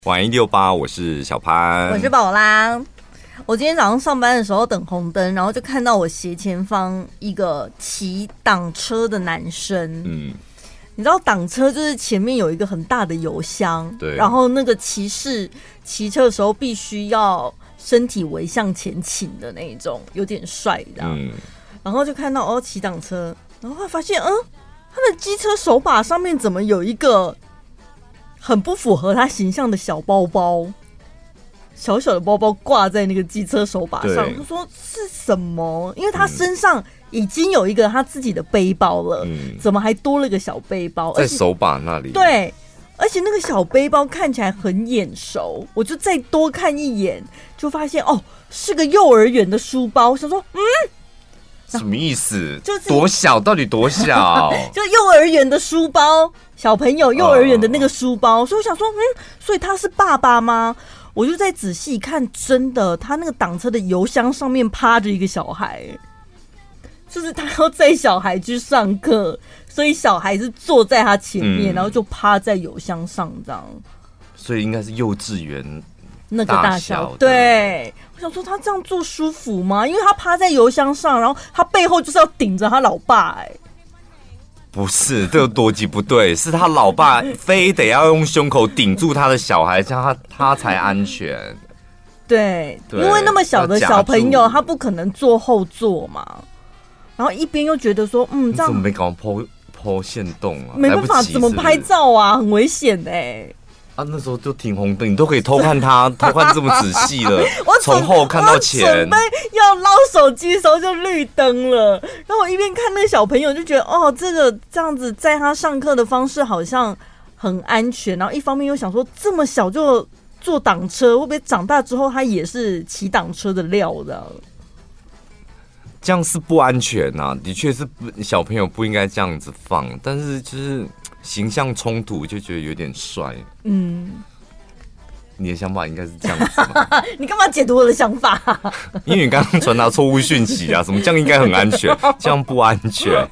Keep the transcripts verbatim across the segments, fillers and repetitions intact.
晚一六八，我是小潘， 我是宝拉。我今天早上上班的时候等红灯，然后就看到我斜前方一个骑挡车的男生。嗯，你知道挡车就是前面有一个很大的油箱， 对， 然后那个骑士骑车的时候必须要身体微向前倾的那一种，有点帅的。嗯，然后就看到哦骑挡车，然后发现嗯，他的机车手把上面怎么有一个很不符合他形象的小包包，小小的包包挂在那个机车手把上，就说是什么？因为他身上已经有一个他自己的背包了，嗯、怎么还多了个小背包在手把那里？对， 而且那个小背包看起来很眼熟，我就再多看一眼，就发现哦，是个幼儿园的书包。我想说，嗯。 什么意思？就是多小？到底多小？ 就幼儿园的书包，小朋友幼儿园的那个书包。哦、所以我想说，嗯，所以他是爸爸吗？我就再仔细看，真的，他那个挡车的油箱上面趴着一个小孩，就是他要载小孩去上课，所以小孩是坐在他前面，嗯、然后就趴在油箱上这样。 所以应该是幼稚园那个大小，对。我想说他这样做舒服吗？因为他趴在油箱上，然后他背后就是要顶着他老爸、欸。哎， 不是，这个逻辑不对，是他老爸非得要用胸口顶住他的小孩，这样他他才安全。 对，因为那么小的小朋友，他不可能坐后座嘛。然后一边又觉得说，嗯，这样怎么没搞抛抛线动啊？ 没办法，怎么拍照啊？很危险的、欸。 啊，那时候就停红灯，你都可以偷看他，偷看这么仔细了，从后看到前。 我准备要捞手机的时候就绿灯了，然后我一边看那个小朋友就觉得，哦，这个这样子载他上课的方式好像很安全，然后一方面又想说，这么小就坐挡车，会不会长大之后他也是骑挡车的料的？ 这样是不安全啊，的确是小朋友不应该这样子放，但是就是形象冲突，就觉得有点帅。嗯，你的想法应该是这样子吗？ 你干嘛解读我的想法？ 因为你刚刚传达错误讯息啊，什么这样应该很安全，这样不安全。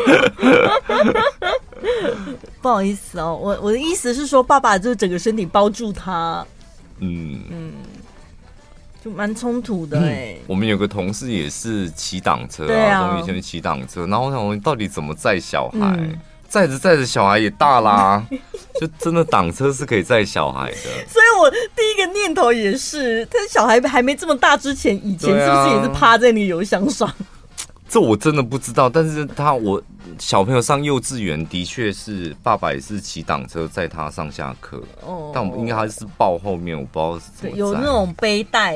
不好意思哦，我我的意思是说，爸爸就整个身体包住他。嗯嗯。就蛮冲突的哎、欸嗯。 我们有个同事也是骑挡车啊，从以前骑挡车，然后我想说到底怎么载小孩？嗯、载着载着小孩也大啦，就真的挡车是可以载小孩的。 所以我第一个念头也是，他小孩还没这么大之前，以前是不是也是趴在那个油箱上？ 这我真的不知道，但是他我小朋友上幼稚园的确是爸爸也是骑挡车载他上下课，哦、但我们应该还是抱后面，我不知道是怎么载。 有那种背带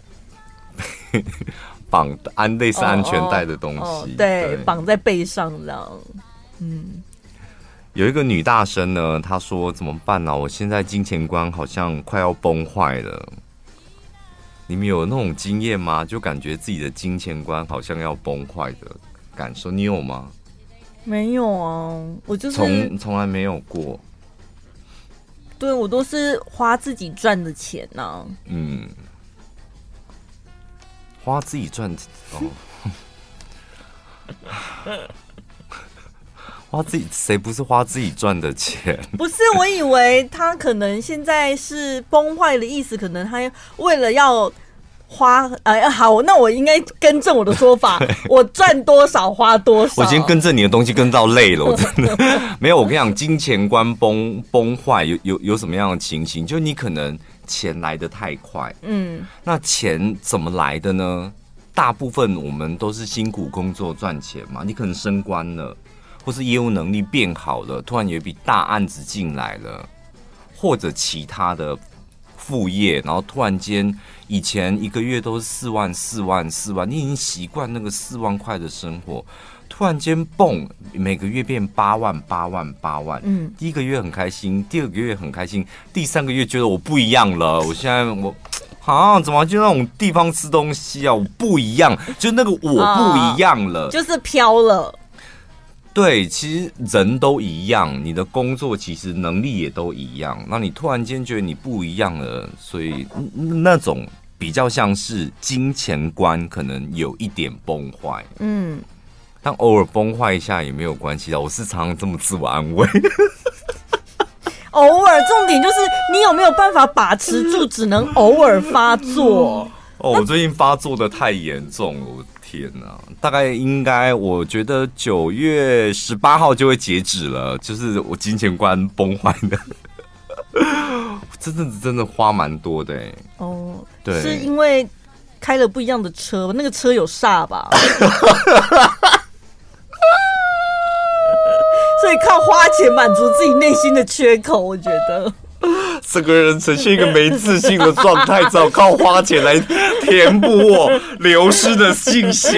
绑安类似安全带的东西，哦哦、 对，绑在背上这样。嗯， 有一个女大生呢，她说怎么办呢、啊？我现在金钱观好像快要崩坏了。你们有那种经验吗？就感觉自己的金钱观好像要崩坏的感受，你有吗？ 没有啊，我就是从从来没有过。 对，我都是花自己赚的钱呐、啊。嗯， 花自己赚哦，花自己谁不是花自己赚的钱？ 不是，我以为他可能现在是崩坏的意思，可能他为了要花，呃，好，那我应该更正我的说法，我赚多少花多少。 我今天更正你的东西跟到累了，我真的没有。我跟你讲，金钱观崩崩坏有有有什么样的情形？就你可能钱来得太快，嗯，那钱怎么来的呢？大部分我们都是辛苦工作赚钱嘛，你可能升官了。或是业务能力变好了，突然有一笔大案子进来了，或者其他的副业，然后突然间以前一个月都是四万四万四万，你已经习惯那个四万块的生活，突然间蹦，每个月变八万八万八万，嗯，第一个月很开心，第二个月很开心，第三个月觉得我不一样了，我现在我。啊，怎么就那种地方吃东西啊？我不一样，就那个我不一样了， 哦、就是飘了。 对，其实人都一样，你的工作其实能力也都一样。那你突然间觉得你不一样了，所以那种比较像是金钱观可能有一点崩坏。嗯，但偶尔崩坏一下也没有关系的。我是常常这么自我安慰。 偶尔，重点就是你有没有办法把持住，只能偶尔发作。 哦，我最近发作的太严重了，我天哪！大概应该，我觉得九月十八号就会截止了，就是我金钱观崩坏的。这阵子真的花蛮多的哎。哦，对， 是因为开了不一样的车，那个车有煞吧？所以靠花钱满足自己内心的缺口，我觉得整个人呈现一个没自信的状态，只好靠花钱来填补我流失的信心。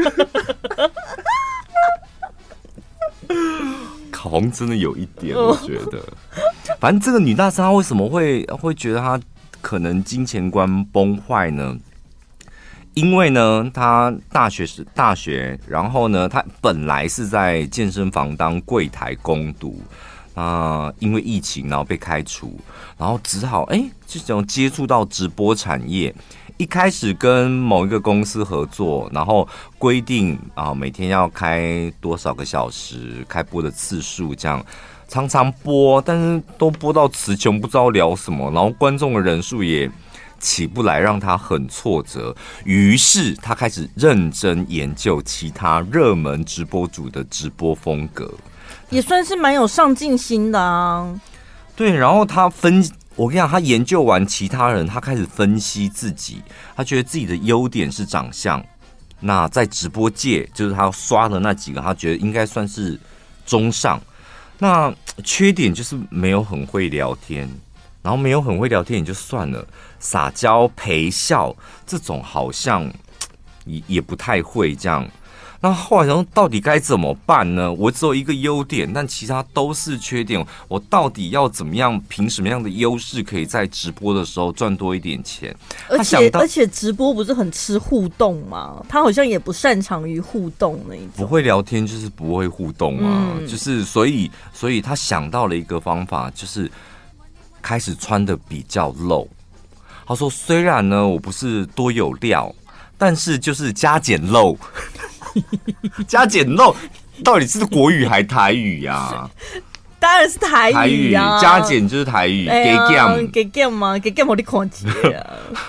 好像真的有一点，我觉得。反正这个女大生她为什么会会觉得她可能金钱观崩坏呢？因为呢，她大学是大学，然后呢，她本来是在健身房当柜台工读，啊、呃，因为疫情然后被开除，然后只好哎，这种接触到直播产业。一开始跟某一个公司合作，然后规定啊每天要开多少个小时，开播的次数这样，常常播，但是都播到词穷，不知道聊什么，然后观众的人数也起不来，让他很挫折。于是他开始认真研究其他热门直播主的直播风格， 也算是蛮有上进心的啊。 对，然后他分。我跟你讲，他研究完其他人，他开始分析自己。他觉得自己的优点是长相，那在直播界，就是他刷的那几个，他觉得应该算是中上。那缺点就是没有很会聊天，然后没有很会聊天也就算了，撒娇陪笑这种好像也也不太会这样。那后来想到底该怎么办呢？我只有一个优点，但其他都是缺点。我到底要怎么样，凭什么样的优势可以在直播的时候赚多一点钱？ 而且而且直播不是很吃互动吗？他好像也不擅长于互动那一种。 不会聊天就是不会互动啊，嗯、就是所以所以他想到了一个方法，就是开始穿的比较露。他说：“虽然呢我不是多有料，但是就是加减露。”加减肉到底是国语还台语呀、啊？ 当然是台语啊！台语加减就是台语，给减给减嘛，给减我的看起啊！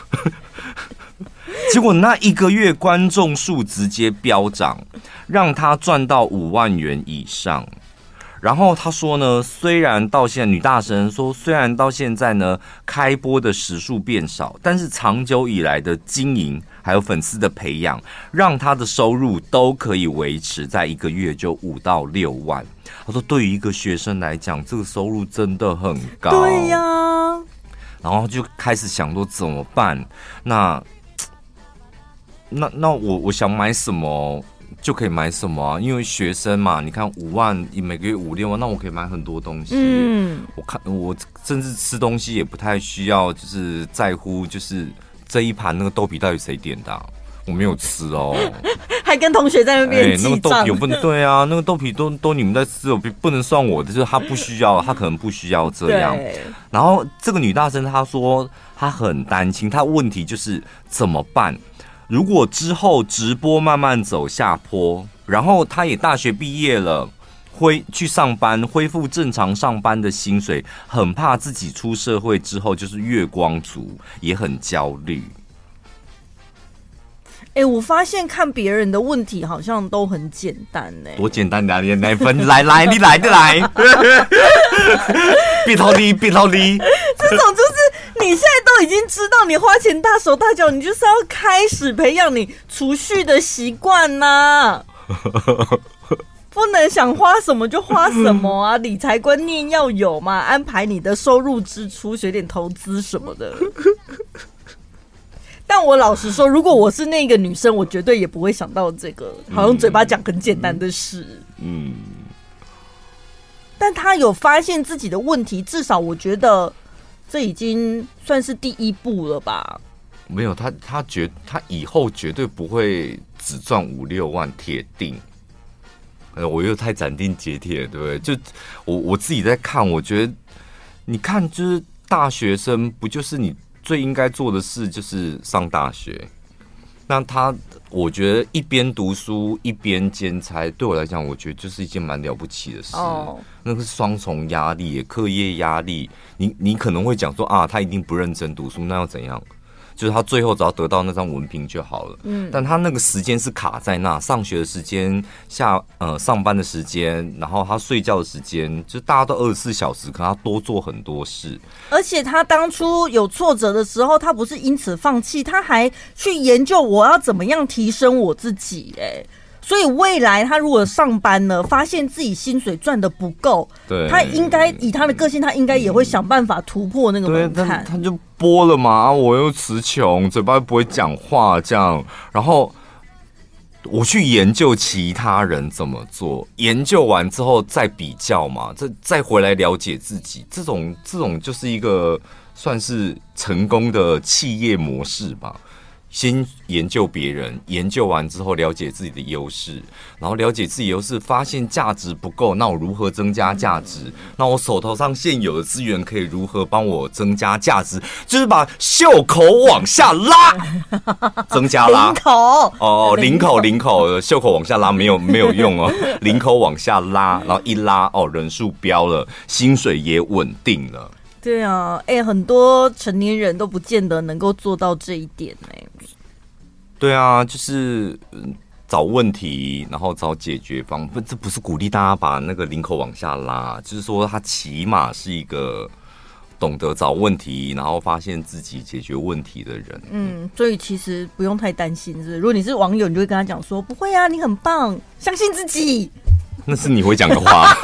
结果那一个月观众数直接飙涨，让他赚到五万元以上。然后他说呢，虽然到现在女大神说，虽然到现在呢开播的时数变少，但是长久以来的经营还有粉丝的培养，让他的收入都可以维持在一个月就五到六万。他说，对于一个学生来讲，这个收入真的很高。 对呀、啊， 然后就开始想说怎么办？那那那我我想买什么？就可以买什么啊？因为学生嘛，你看五万，每个月五六万，那我可以买很多东西。嗯，我看我甚至吃东西也不太需要，就是在乎，就是这一盘那个豆皮到底谁点的、啊，我没有吃哦。 还跟同学在那边记账、欸。那个豆皮我不能对啊，那个豆皮都都你们在吃，不能算我的，就是他不需要，他可能不需要这样。然后这个女大生她说她很担心，她问题就是怎么办？如果之后直播慢慢走下坡，然后他也大学毕业了，恢去上班，恢复正常上班的薪水，很怕自己出社会之后就是月光族，也很焦虑。 哎、欸，我发现看别人的问题好像都很简单呢、欸。 多简单的、啊，你来分来来，你来的来，别逃离，别逃离。 这种就是你现在都已经知道，你花钱大手大脚，你就是要开始培养你储蓄的习惯呐。不能想花什么就花什么啊，理财观念要有嘛，安排你的收入支出，学点投资什么的。但我老实说，如果我是那个女生，我绝对也不会想到这个，好像嘴巴讲很简单的事。嗯，但他有发现自己的问题，至少我觉得这已经算是第一步了吧。 没有，他他绝他以后绝对不会只赚五六万，铁定。呃，我又太斩钉截铁，对不对？就我我自己在看，我觉得你看，就是大学生不就是你最应该做的事就是上大学， 那他，我觉得一边读书一边兼差，对我来讲，我觉得就是一件蛮了不起的事。哦，那个是双重压力，课业压力。你你可能会讲说啊，他一定不认真读书，那要怎样？就是他最后只要得到那张文凭就好了。嗯，但他那个时间是卡在那，上学的时间、下呃上班的时间，然后他睡觉的时间，就大家都二十四小时，可他多做很多事。 而且他当初有挫折的时候，他不是因此放弃，他还去研究我要怎么样提升我自己。哎、欸。所以未来他如果上班呢，发现自己薪水赚的不够，对，他应该以他的个性，他应该也会想办法突破那个门槛。 他就播了嘛，我又词穷，嘴巴又不会讲话，这样，然后我去研究其他人怎么做，研究完之后再比较嘛，再再回来了解自己，这种这种就是一个算是成功的企业模式吧。先研究别人，研究完之后了解自己的优势，然后了解自己优势，发现价值不够，那我如何增加价值？那我手头上现有的资源可以如何帮我增加价值？就是把袖口往下拉，增加拉。 领口哦，领口领口，袖口往下拉没有没有用哦，领口往下拉，然后一拉哦，人数飙了，薪水也稳定了。 对啊，哎、欸，很多成年人都不见得能够做到这一点哎、欸。 对啊，就是找问题，然后找解决方法。这不是鼓励大家把那个领口往下拉，就是说他起码是一个懂得找问题，然后发现自己解决问题的人。 嗯，所以其实不用太担心，是不是？如果你是网友，你就会跟他讲说：“不会啊，你很棒，相信自己。” 那是你会讲的话。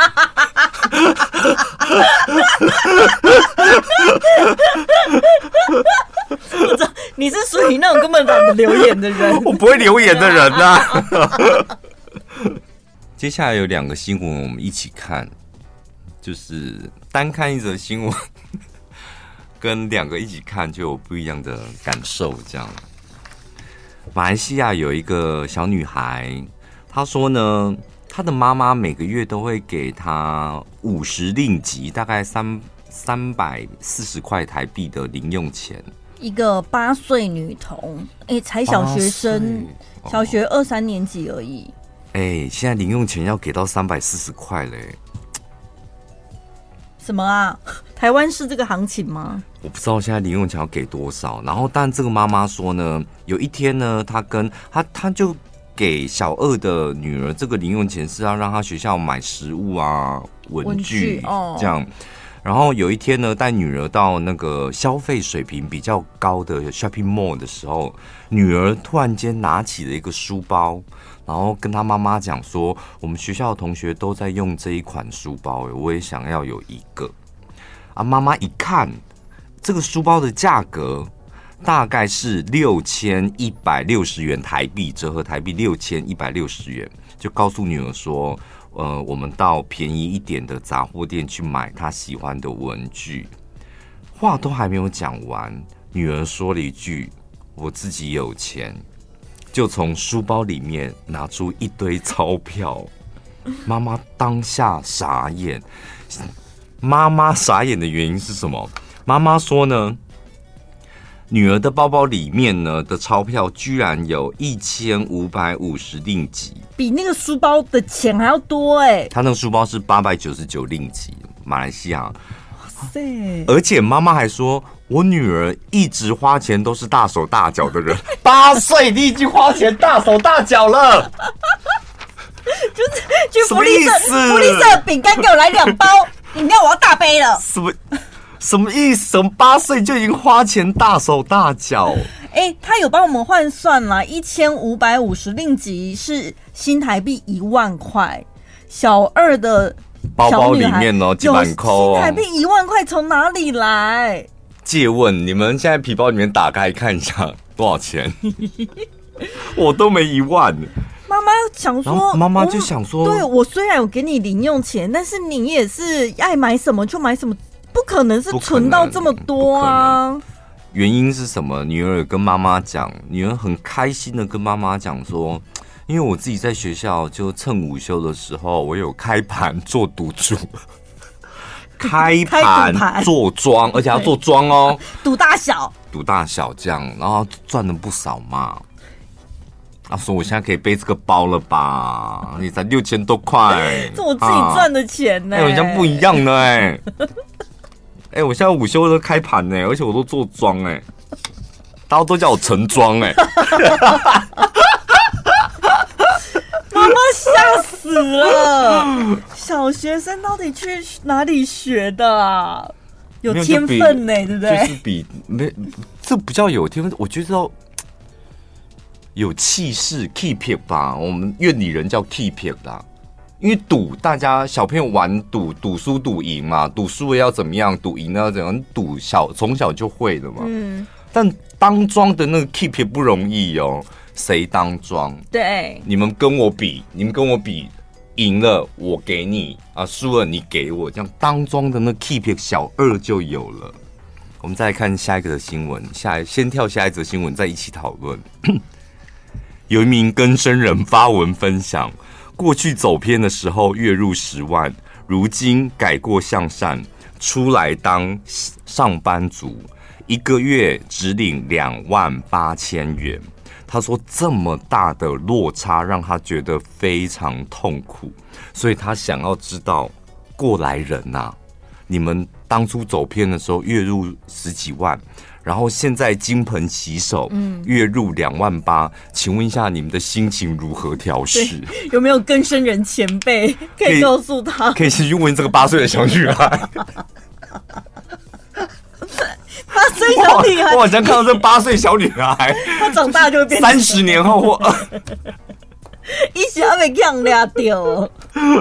我知道你是属于那种根本懒得留言的人， 我不会留言的人啊。接下来有两个新闻，我们一起看，就是单看一则新闻，跟两个一起看就有不一样的感受。这样，马来西亚有一个小女孩，她说呢，她的妈妈每个月都会给她五十令吉，大概三三百四十块台币的零用钱。 一个八岁女童，哎、欸，才小学生，小学二三年级而已。 哎、欸，现在零用钱要给到三百四十块嘞。 什么啊？台湾是这个行情吗？ 我不知道现在零用钱要给多少。然后，但这个妈妈说呢，有一天呢，她跟她，她就给小二的女儿这个零用钱是要让她学校买食物啊、文具，哦、这样。然后有一天呢，带女儿到那个消费水平比较高的 shopping mall 的时候，女儿突然间拿起了一个书包，然后跟她妈妈讲说：“我们学校的同学都在用这一款书包，我也想要有一个。”啊，妈妈一看这个书包的价格大概是六千一百六十元台币，折合台币六千一百六十元，就告诉女儿说。呃，我们到便宜一点的杂货店去买她喜欢的文具。话都还没有讲完，女儿说了一句：“我自己有钱。”就从书包里面拿出一堆钞票。妈妈当下傻眼。妈妈傻眼的原因是什么？妈妈说呢，女儿的包包里面呢的钞票居然有一千五百五十令吉， 比那个书包的钱还要多哎、欸！ 她那个书包是八百九十九令吉，马来西亚。 哇塞！ 而且妈妈还说，我女儿一直花钱都是大手大脚的人，八岁你已经花钱大手大脚了， 就是去福利社，福利社饼干给我来两包，饮料我要大杯了。 什么？什么意思？什么八岁就已经花钱大手大脚？ 哎、欸，他有帮我们换算啦，一千五百五十令吉是新台币一万块。小二的包包里面哦，几万块哦， 新台币一万块从哪里来？ 借问你们现在皮包里面打开看一下多少钱？我都没一万。 妈妈想说， 妈妈就想说， 对我虽然有给你零用钱，但是你也是爱买什么就买什么。不可能是存到这么多啊！ 原因是什么？女儿跟妈妈讲，女儿很开心的跟妈妈讲说，因为我自己在学校就趁午休的时候，我有开盘做赌注，开盘做庄，而且要做庄哦， 赌大小， 赌大小这样，然后赚了不少嘛。 他说我现在可以背这个包了吧？你才六千多块， 这我自己赚的钱呢、欸。 哎、欸，我像不一样呢哎、欸。哎、欸，我现在午休都开盘呢、欸，而且我都做庄哎，大家都叫我陈庄哎。 妈妈吓死了！小学生到底去哪里学的啊？有天分呢、欸，对不对？ 就是比没这不叫有天分，我觉得要有气势 ，keep it 吧。我们院里人叫 keep it 啦，因为赌大家小朋友玩赌，赌输赌赢嘛，赌输了要怎么样，赌赢了要怎样，赌小从小就会的嘛。嗯，但当庄的那个 keep it 不容易哦。谁当庄？ 对， 你们跟我比，你们跟我比，赢了我给你啊，输了你给我，这样当庄的那 keep 小二就有了。我们再来看下一个的新闻，下先跳下一则新闻，再一起讨论。有一名更生人发文分享，过去走偏的时候月入十万，如今改过向善，出来当上班族，一个月只领两万八千元。他说这么大的落差让他觉得非常痛苦，所以他想要知道过来人啊，你们当初走偏的时候月入十几万，然后现在金盆洗手，嗯，月入两万八，请问一下你们的心情如何调试？ 有没有更生人前辈可以告诉他？ 可以先去问这个八岁的小女孩。 八岁小女孩， 我好像看到这八岁小女孩， 她长大就会变三十年后或一下被强抓掉，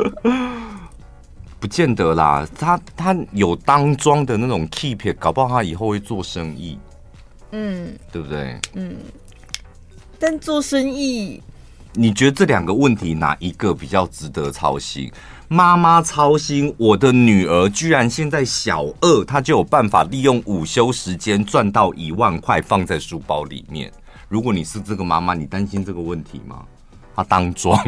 不见得啦。她她有当庄的那种 keep， 搞不好她以后会做生意，嗯，对不对？嗯。 但做生意， 你觉得这两个问题哪一个比较值得操心？妈妈操心，我的女儿居然现在小二，她就有办法利用午休时间赚到一万块放在书包里面。如果你是这个妈妈，你担心这个问题吗？她当庄。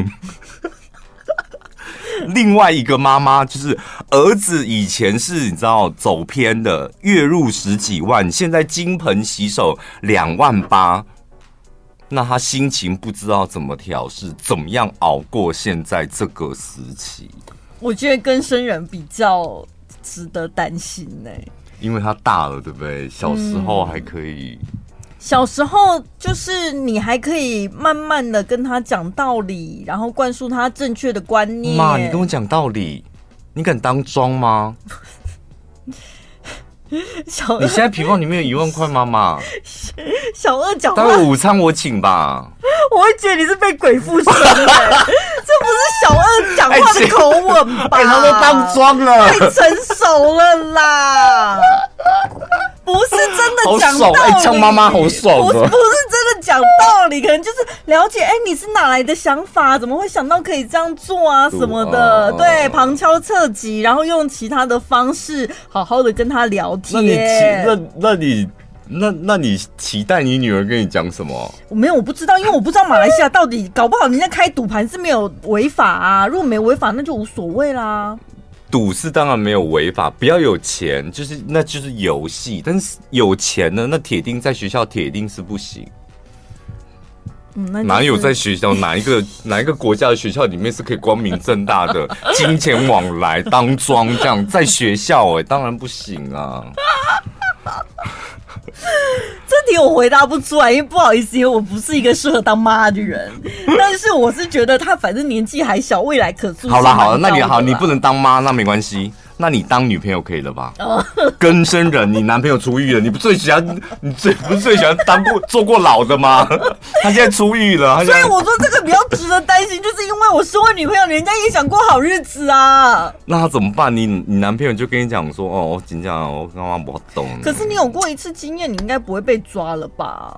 另外一个妈妈就是儿子以前是你知道走偏的，月入十几万，现在金盆洗手两万八。那他心情不知道怎么调试，怎么样熬过现在这个时期？ 我觉得更生人比较值得担心呢、欸， 因为他大了，对不对？小时候还可以，嗯、 小时候就是你还可以慢慢的跟他讲道理，然后灌输他正确的观念。 妈，你跟我讲道理，你敢当庄吗？小二，你现在皮包里面有一万块，妈妈。 小二讲话， 待会午餐我请吧。 我会觉得你是被鬼附身的、欸，这不是小二讲话的口吻吧？ 哎、欸，他都当庄了， 太成熟了啦。不是真的讲道理， 哎，呛妈妈好爽哦！ 不是，不是真的讲道理，可能就是了解，哎、欸，你是哪来的想法？怎么会想到可以这样做啊？什么的，对，旁敲侧击，然后用其他的方式好好的跟他聊天。 那你期那那你那那你期待你女儿跟你讲什么？ 我没有，我不知道，因为我不知道马来西亚到底搞不好人家开赌盘是没有违法啊，如果没违法，那就无所谓啦。 赌是当然没有违法，不要有钱，就是那就是游戏。但是有钱呢，那铁定在学校铁定是不行。嗯，那就是、哪有在学校哪一个哪一个国家的学校里面是可以光明正大的金钱往来当庄这样？在学校哎、欸，当然不行啊。 这题我回答不出来，因为不好意思，因为我不是一个适合当妈的人。但是我是觉得他反正年纪还小，未来可塑性好啦好了，那你好，你不能当妈，那没关系。那你当女朋友可以了吧？哦、更生人，你男朋友出狱了，你不最喜欢你最不是最喜欢当过坐过牢的吗？他现在出狱了， 所以我说这个比较值得担心，就是因为我身为女朋友，人家也想过好日子啊。 那他怎么办？你你男朋友就跟你讲说，哦，我真讲我刚刚不懂。 可是你有过一次经验，你应该不会被抓了吧？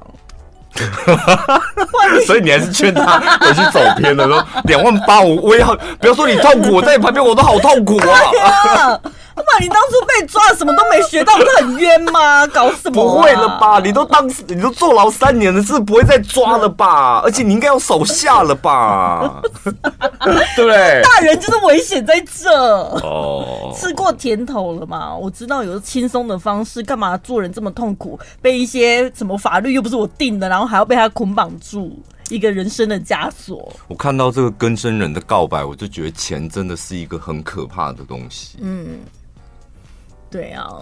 所以你还是劝他回去走偏了，说两万八，我我也好，不要说你痛苦，我在你旁边我都好痛苦啊！ 他妈，你当初被抓什么都没学到，不是很冤吗？搞什么、啊？ 不会了吧？你都当你都坐牢三年了，是不会再抓了吧？而且你应该要手下了吧？对不对？ 大人就是危险在这哦，吃过甜头了嘛？我知道有轻松的方式，干嘛做人这么痛苦？被一些什么法律又不是我定的，然后还要被他捆绑住。 一个人生的枷锁。 我看到这个更生人的告白，我就觉得钱真的是一个很可怕的东西。 嗯，对啊，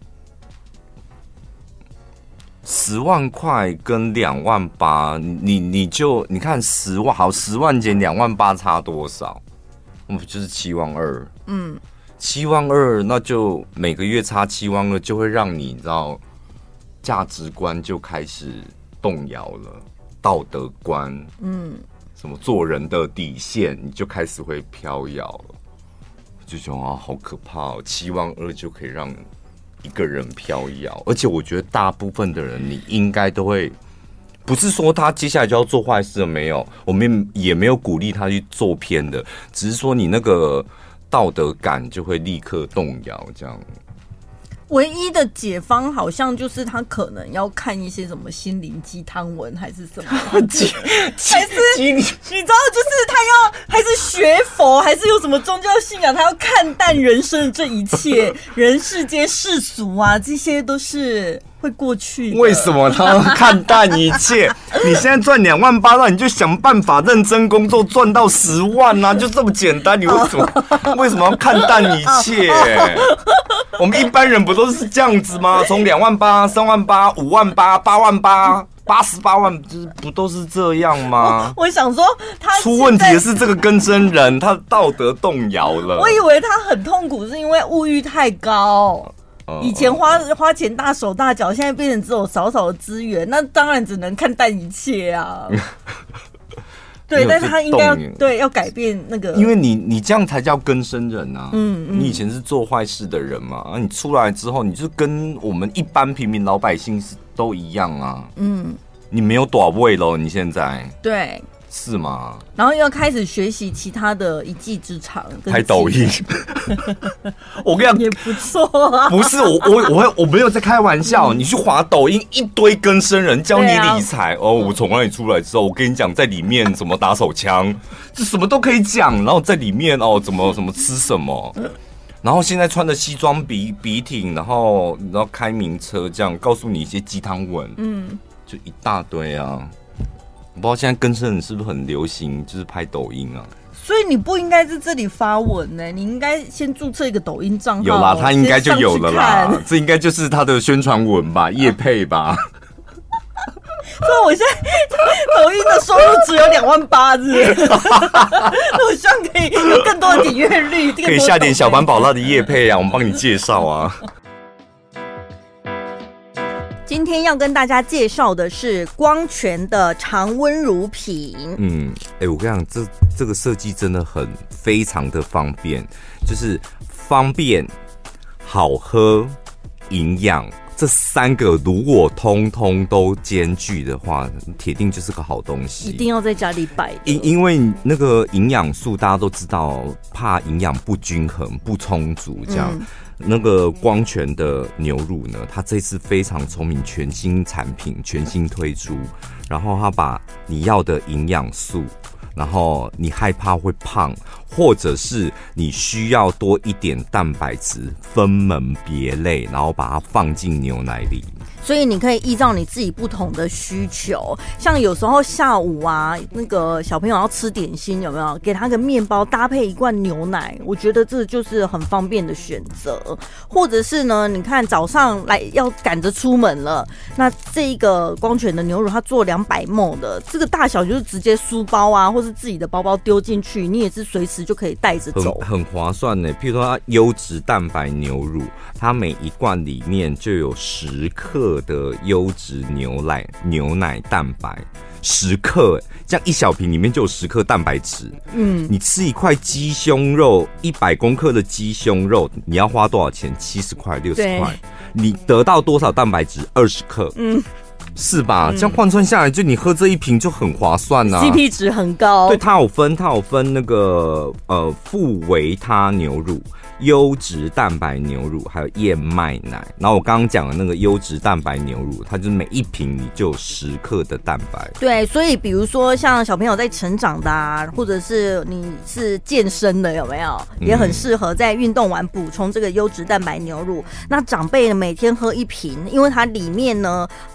十万块跟两万八，你你就你看十万好，十万减两万八差多少？我们就是七万二。嗯，七万二，那就每个月差七万二，就会让你知道价值观就开始动摇了，道德观，嗯，什么做人的底线，你就开始会飘摇了。就觉得啊，好可怕哦！七万二就可以让一个人飘摇，而且我觉得大部分的人，你应该都会，不是说他接下来就要做坏事了，没有，我们也没有鼓励他去做偏的，只是说你那个道德感就会立刻动摇，这样。 唯一的解方好像就是他可能要看一些什么心灵鸡汤文还是什么，还是你知道，就是他要还是学佛，还是有什么宗教信仰，他要看淡人生的这一切，人世间世俗啊，这些都是会过去的。 为什么他要看淡一切？你现在赚两万八，那你就想办法认真工作，赚到十万啊，就这么简单。你为什么为什么要看淡一切？我们一般人不都是这样子吗？从两万八、三万八、五万八、八万八、八十八万，就是不都是这样吗？ 我, 我想说他，他出问题的是这个更生人，他道德动摇了。 我以为他很痛苦，是因为物欲太高。以前花花钱大手大脚，现在变成只有少少的资源，那当然只能看淡一切啊。对，但是他应该要对要改变那个， 因为你你这样才叫更生人啊。嗯, 嗯，你以前是做坏事的人嘛，啊，你出来之后，你就跟我们一般平民老百姓是都一样啊。嗯，你没有短位咯，你现在对。是吗？ 然后要开始学习其他的一技之长， 拍抖音。我跟你讲也不错啊。 不是我我我我没有在开玩笑，嗯、你去滑抖音，一堆更生人教你理财、啊、哦。我从那里出来之后，我跟你讲，在里面怎么打手枪，这什么都可以讲。然后在里面哦，怎么怎么吃什么。然后现在穿的西装笔笔挺，然后然后开名车，这样告诉你一些鸡汤文，嗯，就一大堆啊。我不知道现在更生人是不是很流行，就是拍抖音啊？ 所以你不应该在这里发文呢、欸，你应该先注册一个抖音账号。 有啦，他应该就有了啦，这应该就是他的宣传文吧，业配吧。 所以我现在抖音的收入只有两万八，是不是？我希望可以有更多的点阅率， 可以下点小环保辣的业配啊，我们帮你介绍啊。 今天要跟大家介绍的是光泉的常温乳品。 嗯，哎、欸，我跟你讲，这这个设计真的很非常的方便，就是方便、好喝、营养这三个，如果通通都兼具的话，铁定就是个好东西。 一定要在家里摆。 因因为那个营养素大家都知道，怕营养不均衡、不充足这样。嗯，那个光泉的牛乳呢，它这次非常聪明，全新产品全新推出，然后它把你要的营养素，然后你害怕会胖，或者是你需要多一点蛋白质，分门别类，然后把它放进牛奶里。 所以你可以依照你自己不同的需求，像有时候下午啊，那个小朋友要吃点心，有没有给他个面包搭配一罐牛奶？我觉得这就是很方便的选择。或者是呢，你看早上来要赶着出门了，那这个光泉的牛乳它做两百 毫升 的，这个大小就是直接书包啊，或是自己的包包丢进去，你也是随时就可以带着走， 很, 很划算呢。譬如说它优质蛋白牛乳，它每一罐里面就有十克的优质牛奶牛奶蛋白，十克，这样一小瓶里面就有十克蛋白质。嗯，你吃一块鸡胸肉，一百公克的鸡胸肉，你要花多少钱？七十块、六十块，你得到多少蛋白质？二十克。嗯。是吧？这样换算下来，就你喝这一瓶就很划算啊 ，C P 值很高。 对，它有分，它有分那个呃富维他牛乳、优质蛋白牛乳，还有燕麦奶。然后我刚刚讲的那个优质蛋白牛乳，它就是每一瓶你就有十克的蛋白。 对，所以比如说像小朋友在成长的啊，或者是你是健身的，有没有？也很适合在运动完补充这个优质蛋白牛乳。那长辈每天喝一瓶，因为它里面呢，呃，可以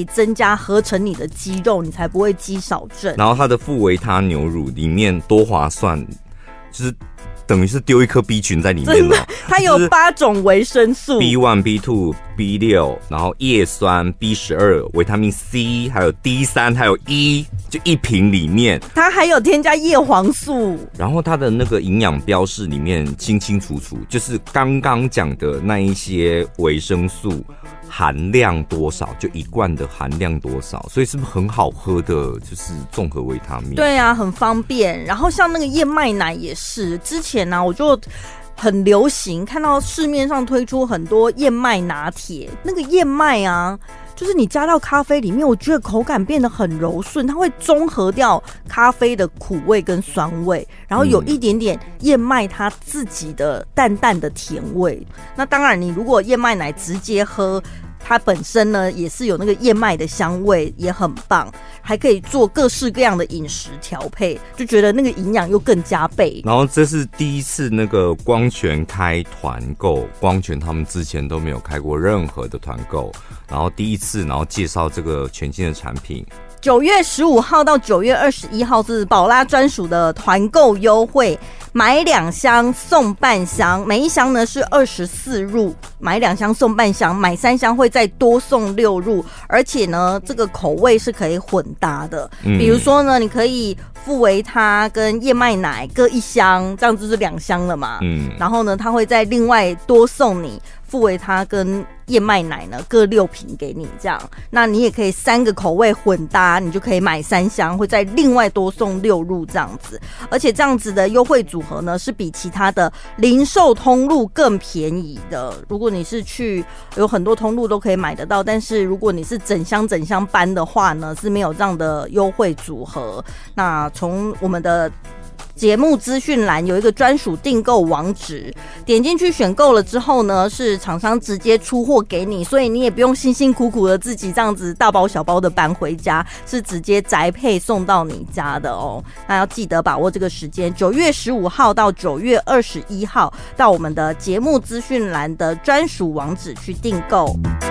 以增加合成你的肌肉，你才不会肌少症。 然后它的富维他牛乳里面多划算，就是等于是丢一颗 B 群在里面了。 它有八种维生素 ：B 一、B 二、B 六，然后叶酸、B 十二、维他命 C， 还有 D 三，还有 E， 就一瓶里面。 它还有添加叶黄素。 然后它的那个营养标示里面清清楚楚，就是刚刚讲的那一些维生素含量多少，就一罐的含量多少，所以是不是很好喝的？就是综合维他命。 对啊，很方便。然后像那个燕麦奶也是，之前呢、啊、我就很流行，看到市面上推出很多燕麦拿铁，那个燕麦啊，就是你加到咖啡里面，我觉得口感变得很柔顺，它会中和掉咖啡的苦味跟酸味，然后有一点点燕麦它自己的淡淡的甜味。那当然，你如果燕麦奶直接喝，它本身呢也是有那个燕麦的香味，也很棒，还可以做各式各样的饮食调配，就觉得那个营养又更加倍。 然后这是第一次那个光泉开团购，光泉他们之前都没有开过任何的团购，然后第一次，然后介绍这个全新的产品。 九月十五号到九月二十一号是宝拉专属的团购优惠，买两箱送半箱，每一箱呢是二十四入，买两箱送半箱，买三箱会再多送六入，而且呢这个口味是可以混搭的，嗯、比如说呢你可以富维他跟燕麦奶各一箱，这样就是两箱了嘛，嗯，然后呢它会再另外多送你富维他跟燕麦奶呢各六瓶给你，这样，那你也可以三个口味混搭，你就可以买三箱，会再另外多送六入这样子，而且这样子的优惠组合呢是比其他的零售通路更便宜的。如果你是去有很多通路都可以买得到，但是如果你是整箱整箱搬的话呢，是没有这样的优惠组合。那从我们的节目资讯栏有一个专属订购网址，点进去选购了之后呢，是厂商直接出货给你，所以你也不用辛辛苦苦的自己这样子大包小包的搬回家，是直接宅配送到你家的哦。那要记得把握这个时间，九月十五号到九月二十一号，到我们的节目资讯栏的专属网址去订购。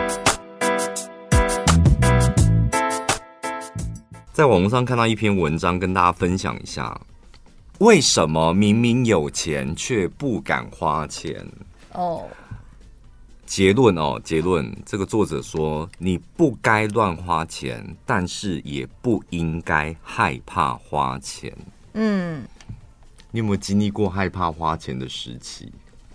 在网络上看到一篇文章，跟大家分享一下。为什么明明有钱却不敢花钱？哦，结论哦，结论，这个作者说，你不该乱花钱，但是也不应该害怕花钱。嗯，你有没有经历过害怕花钱的时期？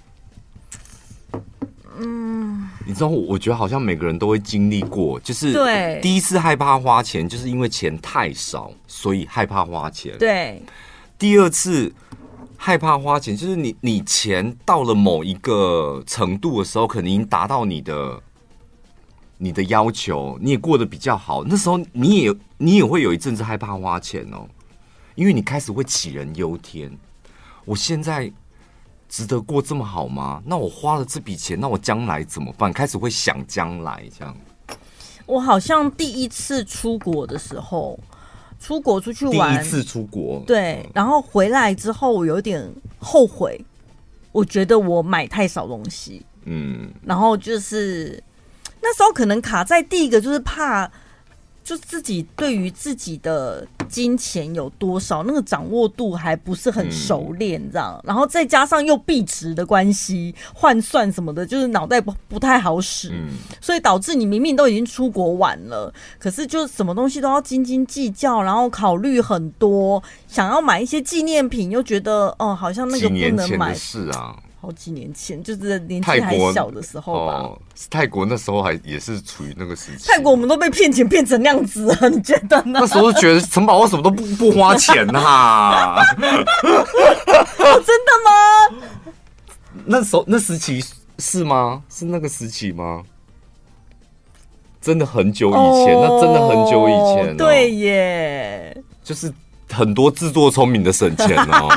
嗯，你知道，我觉得好像每个人都会经历过，就是对第一次害怕花钱，就是因为钱太少，所以害怕花钱。 对。 第二次害怕花钱，就是你你钱到了某一个程度的时候，可能已经达到你的你的要求，你也过得比较好。那时候你也你也会有一阵子害怕花钱哦，因为你开始会杞人忧天。我现在值得过这么好吗？那我花了这笔钱，那我将来怎么办？开始会想将来这样。 我好像第一次出国的时候。出国出去玩， 第一次出国， 对，然后回来之后我有点后悔，我觉得我买太少东西，嗯，然后就是那时候可能卡在第一个就是怕，就自己对于自己的金钱有多少那个掌握度还不是很熟练，这样、嗯，然后再加上又币值的关系，换算什么的，就是脑袋不不太好使、嗯，所以导致你明明都已经出国玩了，可是就什么东西都要斤斤计较，然后考虑很多，想要买一些纪念品，又觉得哦，好像那个不能买。几年前的事啊。 好几年前，就是年纪还小的时候吧。哦， 泰国那时候还也是处于那个时期。 泰国我们都被骗钱骗成那样子了，你觉得呢？ 那时候就觉得城堡为什么都不不花钱啊？ 哦，真的吗？ 那时候那时期是吗？是那个时期吗？真的很久以前，哦、那真的很久以前、哦。 对耶， 就是很多自作聪明的省钱哦。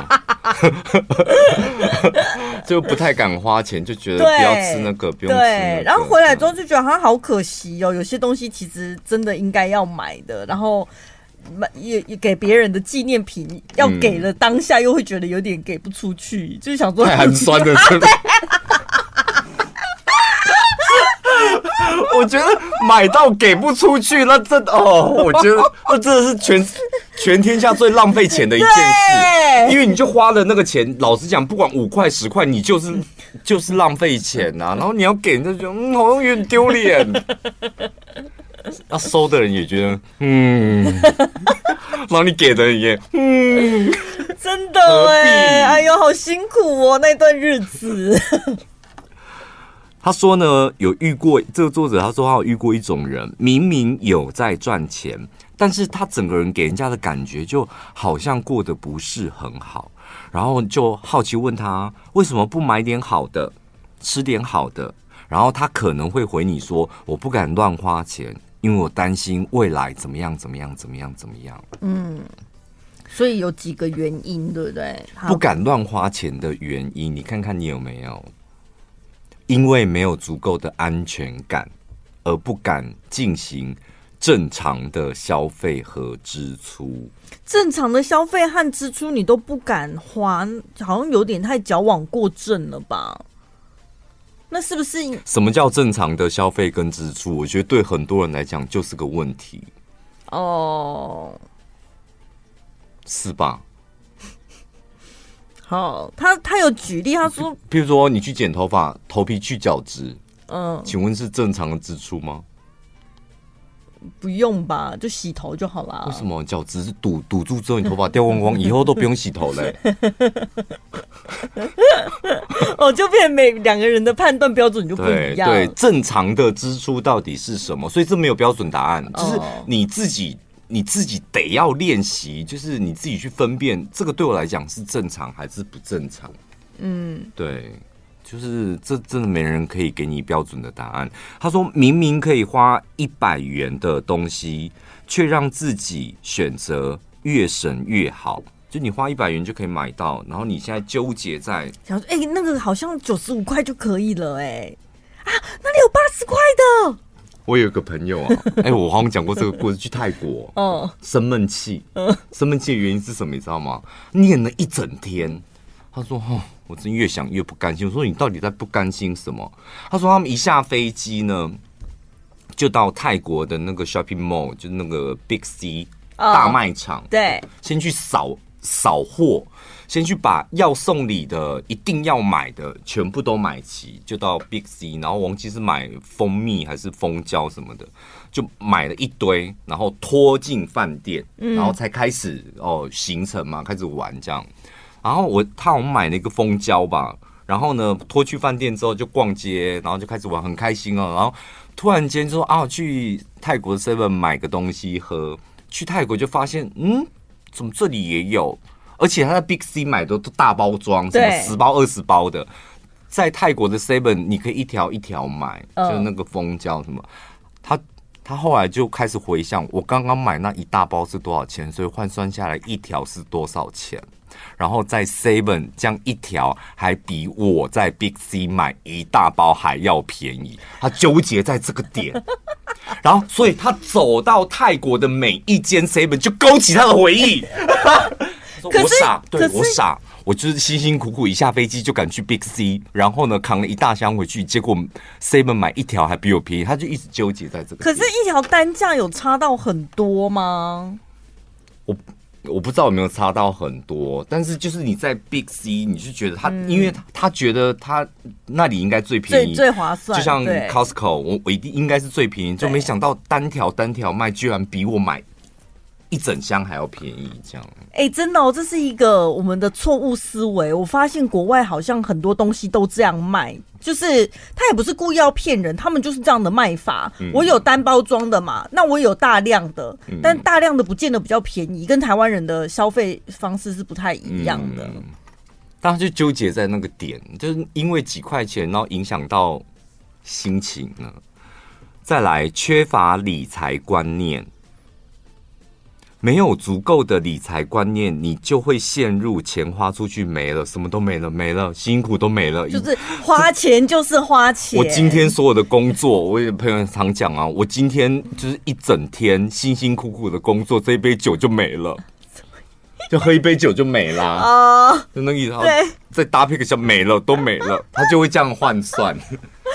就不太敢花钱，就觉得不要吃那个，不用吃、那個。 然后回来之后就觉得好像好可惜哦，有些东西其实真的应该要买的，然后也也给别人的纪念品，要给了当下又会觉得有点给不出去，嗯、就是想说太寒酸了，是不是？ 我觉得买到给不出去，那真的哦，我觉得那真的是全全天下最浪费钱的一件事，因为你就花了那个钱，老实讲，不管五块十块，你就是就是浪费钱呐、啊。然后你要给人家觉得嗯，好像有点丢脸。要收的人也觉得嗯，然后你给的人也嗯， 真的哎，哎呦，好辛苦哦，那段日子。 他说呢，有遇过这个作者，他说他有遇过一种人，明明有在赚钱，但是他整个人给人家的感觉就好像过得不是很好，然后就好奇问他为什么不买点好的，吃点好的，然后他可能会回你说，我不敢乱花钱，因为我担心未来怎么样怎么样怎么样怎么样。嗯， 所以有几个原因，对不对？ 不敢乱花钱的原因，你看看你有没有？因为没有足够的安全感，而不敢进行正常的消费和支出。 正常的消费和支出你都不敢花，好像有点太矫枉过正了吧？那是不是？ 什么叫正常的消费跟支出？我觉得对很多人来讲就是个问题。哦，是吧？ 好，他他有举例，他说， 譬如说你去剪头发，头皮去角质，嗯，请问是正常的支出吗？ 不用吧，就洗头就好啦。 为什么角质是堵堵住之后，你头发掉光光，以后都不用洗头嘞？ 哦，就变每两个人的判断标准就不一样。 对，对，正常的支出到底是什么？所以这没有标准答案，就是你自己。你自己得要练习，就是你自己去分辨这个对我来讲是正常还是不正常。嗯，对，就是这真的没人可以给你标准的答案。他说明明可以花一百元的东西，却让自己选择越省越好。就你花一百元就可以买到，然后你现在纠结在想说，哎、欸，那个好像九十五块就可以了、欸，哎，啊，那里有八十块的。 我有一个朋友啊，哎、欸，我好像讲过这个故事，去泰国，嗯，生闷气，嗯，生闷气的原因是什么？你知道吗？念了一整天，他说：“哦，我真越想越不甘心。”我说：“你到底在不甘心什么？”他说：“他们一下飞机呢，就到泰国的那个 shopping mall， 就是那个 Big C、哦、大卖场， 对， 先去扫扫货。”先去把要送礼的、一定要买的全部都买齐，就到 Big C， 然后忘记是买蜂蜜还是蜂胶什么的，就买了一堆，然后拖进饭店，然后才开始哦行程嘛，开始玩这样。然后我他好像买了一个蜂胶吧，然后呢拖去饭店之后就逛街，然后就开始玩，很开心哦。然后突然间就说啊，去泰国 seven 买个东西喝，去泰国就发现嗯，怎么这里也有？而且他在 Big C 买的都大包装，什么十包二十包的，在泰国的 Seven 你可以一条一条买，嗯、就是那个蜂胶什么。他他后来就开始回想，我刚刚买那一大包是多少钱，所以换算下来一条是多少钱。然后在 Seven 这样一条还比我在 Big C 买一大包还要便宜，他纠结在这个点。然后，所以他走到泰国的每一间 Seven 就勾起他的回忆。我傻，对我傻，我就是辛辛苦苦一下飞机就赶去 Big C， 然后呢扛了一大箱回去，结果 Seven 买一条还比我便宜，他就一直纠结在这个。 可是，一条单价有差到很多吗？ 我我不知道有没有差到很多，但是就是你在 Big C， 你就觉得他，嗯、因为他觉得他那里应该最便宜、 最最划算， 就像 Costco， 我我一定应该是最便宜，就没想到单条单条卖居然比我买一整箱还要便宜，这样。 哎、欸，真的哦，这是一个我们的错误思维。我发现国外好像很多东西都这样卖，就是他也不是故意要骗人，他们就是这样的卖法。嗯、我有单包装的嘛，那我有大量的，嗯、但大量的不见得比较便宜，跟台湾人的消费方式是不太一样的。嗯、 但他就纠结在那个点，就是因为几块钱，然后影响到心情呢。再来，缺乏理财观念。没有足够的理财观念，你就会陷入钱花出去没了，什么都没了，没了，辛苦都没了， 就是花钱就是花钱。 我今天所有的工作，我有朋友常讲啊，我今天就是一整天辛辛苦苦的工作，这一杯酒就没了，就喝一杯酒就没啦啊，就那个意思。对，再搭配个小没了都没了，他就会这样换算。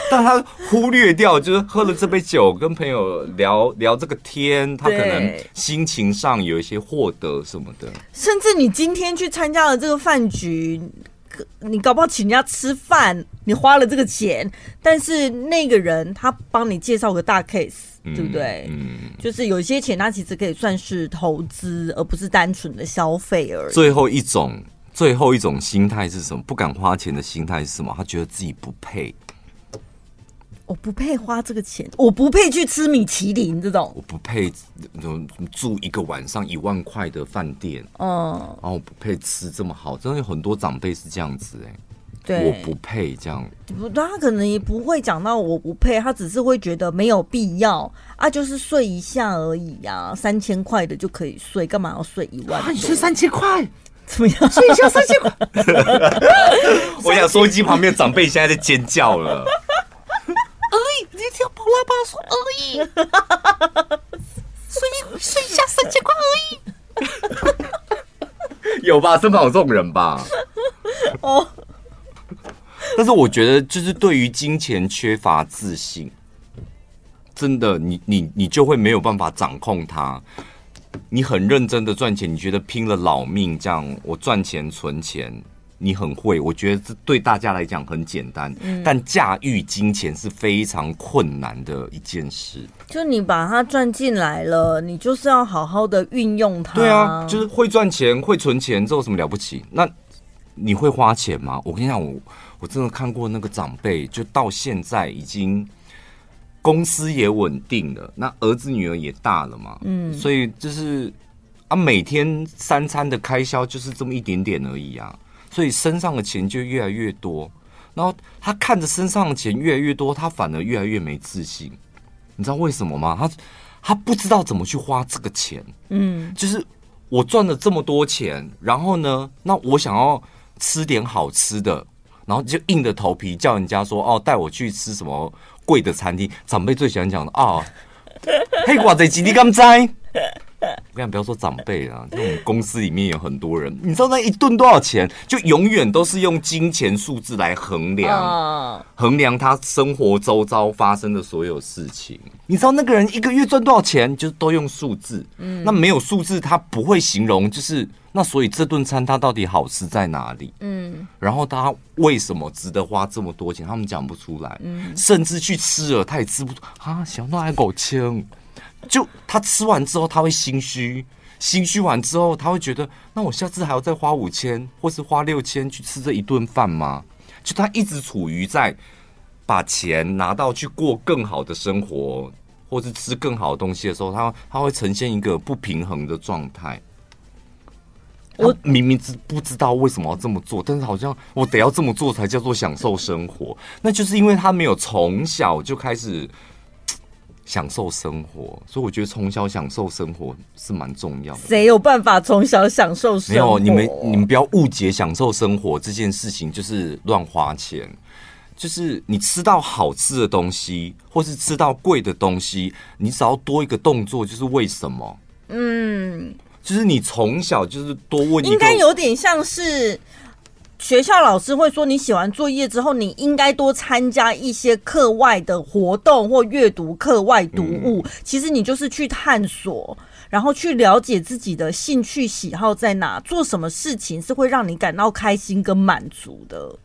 但他忽略掉，就是喝了这杯酒，跟朋友聊聊这个天，他可能心情上有一些获得什么的。 甚至你今天去参加了这个饭局，你搞不好请人家吃饭，你花了这个钱，但是那个人他帮你介绍个大 case，嗯、对不对？嗯，就是有些钱他其实可以算是投资，而不是单纯的消费而已。 最后一种。最后一种心态是什么？不敢花钱的心态是什么？他觉得自己不配， 我不配花这个钱，我不配去吃米其林这种， 我不配住一个晚上一万块的饭店，嗯，然后我不配吃这么好，真的有很多长辈是这样子哎、欸，对，我不配这样。 他可能也不会讲到我不配，他只是会觉得没有必要啊，就是睡一下而已啊，三千块的就可以睡，干嘛要睡一万？啊， 你睡三千块？ 怎么样？ 睡一下三千块。我想收音机旁边长辈现在在尖叫了。而已，你只要跑喇叭说而已。睡睡一下三千块而已。有吧？身旁有这种人吧？哦。但是我觉得，就是对于金钱缺乏自信，真的，你你你就会没有办法掌控它。你很认真的赚钱，你觉得拼了老命这样，我赚钱存钱，你很会，我觉得这对大家来讲很简单，嗯、但驾驭金钱是非常困难的一件事。 就你把它赚进来了，你就是要好好的运用它。 对啊，就是会赚钱、会存钱，这有什么了不起？那你会花钱吗？我跟你讲，我我真的看过那个长辈，就到现在已经。公司也稳定了，那儿子女儿也大了嘛，嗯，所以就是啊，每天三餐的开销就是这么一点点而已啊，所以身上的钱就越来越多，然后他看着身上的钱越来越多，他反而越来越没自信，你知道为什么吗？他他不知道怎么去花这个钱，嗯，就是我赚了这么多钱，然后呢，那我想要吃点好吃的，然后就硬着头皮叫人家说哦，带我去吃什么。贵的餐厅，长辈最喜欢讲的啊，嘿，哇这几你敢知？我跟你不要说长辈啦，在我们公司里面有很多人，你知道那一顿多少钱？就永远都是用金钱数字来衡量，哦、衡量他生活周遭发生的所有事情。你知道那个人一个月赚多少钱？就都用数字。嗯，那没有数字，他不会形容，就是那所以这顿餐他到底好吃在哪里？嗯，然后他为什么值得花这么多钱？他们讲不出来。嗯，甚至去吃了，他也吃不出啊，想到还够呛。就他吃完之后，他会心虚，心虚完之后，他会觉得，那我下次还要再花五千，或是花六千去吃这一顿饭吗？就他一直处于在把钱拿到去过更好的生活，或是吃更好的东西的时候，他他会呈现一个不平衡的状态。我明明不知道为什么要这么做，但是好像我得要这么做才叫做享受生活，那就是因为他没有从小就开始。享受生活，所以我觉得从小享受生活是蛮重要的。谁有办法从小享受生活？没有， 你们你们不要误解享受生活这件事情就是乱花钱，就是你吃到好吃的东西，或是吃到贵的东西，你只要多一个动作，就是为什么？嗯，就是你从小就是多问一个， 应该有点像是。学校老师会说，你写完作业之后，你应该多参加一些课外的活动或阅读课外读物。嗯、其实你就是去探索，然后去了解自己的兴趣喜好在哪，做什么事情是会让你感到开心跟满足的。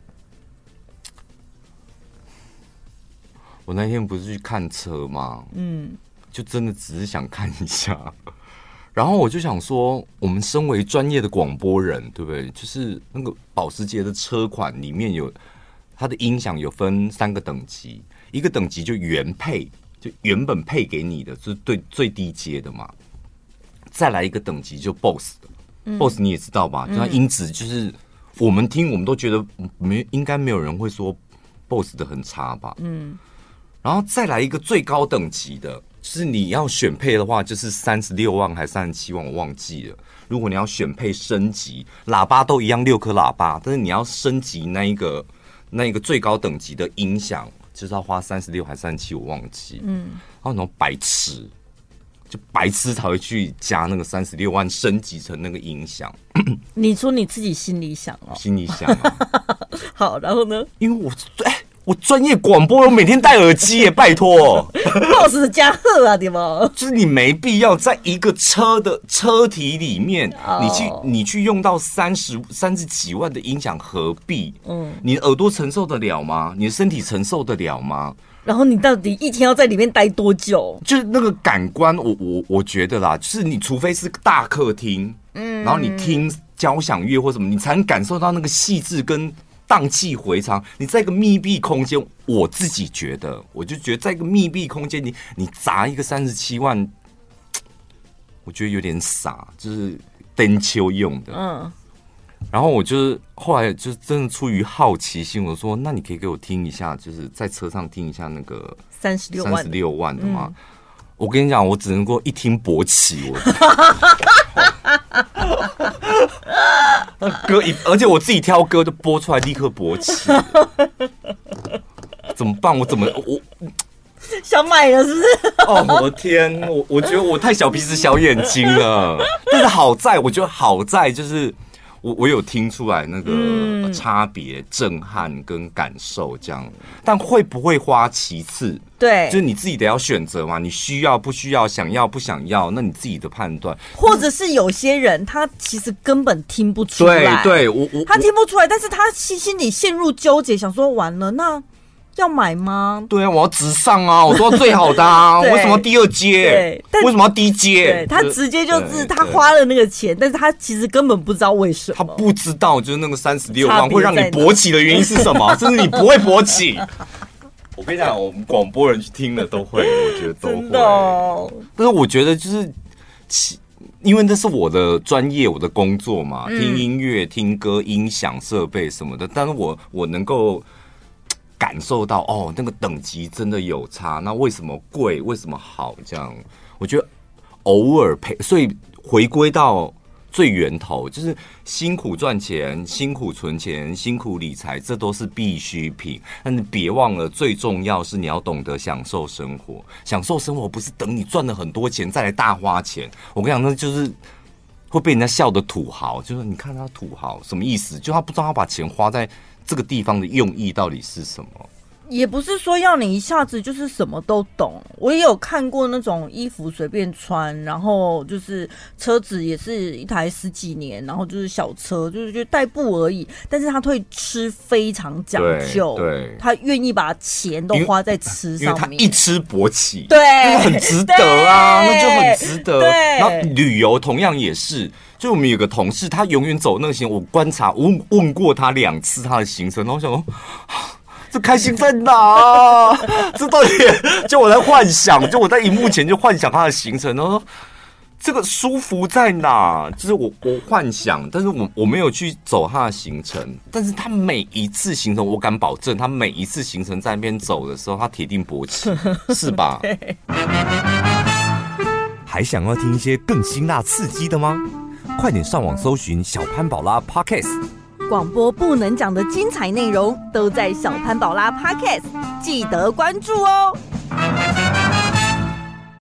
我那天不是去看车吗？嗯，就真的只是想看一下。然后我就想说，我们身为专业的广播人，对不对？就是那个保时捷的车款里面有它的音响有分三个等级，一个等级就原配，就原本配给你的，就是最最低阶的嘛。再来一个等级就 B O S S 的、嗯、，B O S S 你也知道吧？就它音质就是我们听，我们都觉得没应该没有人会说 B O S S 的很差吧？嗯。然后再来一个最高等级的。就是你要选配的话，就是三十六万还是三十七万，我忘记了。如果你要选配升级，喇叭都一样六颗喇叭，但是你要升级那一个那一个最高等级的音响，就是要花三十六还是三十七，我忘记。嗯，然后那种白痴，就白痴才会去加那个三十六万升级成那个音响。你说你自己心里想哦， 心里想、啊。 好，然后呢？ 因为我哎。 我专业广播，我每天戴耳机耶，拜托。 boss 的加贺啊，对吗？ 就是你没必要在一个车的车体里面， oh. 你去你去用到三十三十几万的音响，何必？嗯，你耳朵承受得了吗？你的身体承受得了吗？ 然后你到底一天要在里面待多久？ 就是那个感官，我我我觉得啦，就是你除非是大客厅，嗯，然后你听交响乐或什么，你才能感受到那个细致跟荡气回肠。你在一个密闭空间，我自己觉得，我就觉得在一个密闭空间，你你砸一个三十七万，我觉得有点傻，就是灯秋用的，嗯。然后我就是后来就真的出于好奇心，我说：“那你可以给我听一下，就是在车上听一下那个三十六万三十六万的吗？”嗯、我跟你讲，我只能够一听勃起，我歌一，而且我自己挑歌就播出来，立刻勃起，怎么办？我怎么我想买了是不是？ 哦，我的天，我我觉得我太小鼻子小眼睛了。但是好在，我觉得好在就是。我我有听出来那个差别、嗯、震撼跟感受这样，但会不会花其次， 对， 就是你自己得要选择嘛，你需要不需要，想要不想要，那你自己的判断。 或者是有些人他其实根本听不出来， 对对，我我他听不出来，但是他心心里陷入纠结，想说完了那。要买吗？ 对啊，我要直上啊，我说最好的啊，为什么要第二阶？为什么要低阶？ 对，他直接就是他花了那个钱，但是他其实根本不知道为什么， 他不知道就是那个三十六万会让你勃起的原因是什么，甚至你不会勃起。我跟你讲，我们广播人去听了都会，我觉得都会。真的哦。但是我觉得就是，因为这是我的专业，我的工作嘛，嗯、听音乐、听歌、音响设备什么的，但是我我能够。感受到哦，那个等级真的有差，那为什么贵？为什么好？这样，我觉得偶尔陪，所以回归到最源头，就是辛苦赚钱、辛苦存钱、辛苦理财，这都是必需品。但是别忘了，最重要是你要懂得享受生活。享受生活不是等你赚了很多钱再来大花钱。我跟你讲，那就是会被人家笑的土豪，就是你看他土豪什么意思？就他不知道他把钱花在。这个地方的用意到底是什么？ 也不是说要你一下子就是什么都懂。我也有看过那种衣服随便穿，然后就是车子也是一台十几年，然后就是小车，就是就代步而已。但是他对吃非常讲究，对，对他愿意把钱都花在吃上面， 因为他一吃勃起， 对， 那很值得啊，那就很值得。对，然后旅游同样也是。就我们有个同事，他永远走那个行，我观察问问过他两次他的行程，然后我想说，这开心在哪？这到底就我在幻想，就我在荧幕前就幻想他的行程，然后说这个舒服在哪？就是我我幻想，但是我我没有去走他的行程，但是他每一次行程，我敢保证，他每一次行程在那边走的时候，他铁定勃起，是吧？还想要听一些更辛辣刺激的吗？快点上网搜寻小潘宝拉 Podcast， 广播不能讲的精彩内容都在小潘宝拉 Podcast， 记得关注哦。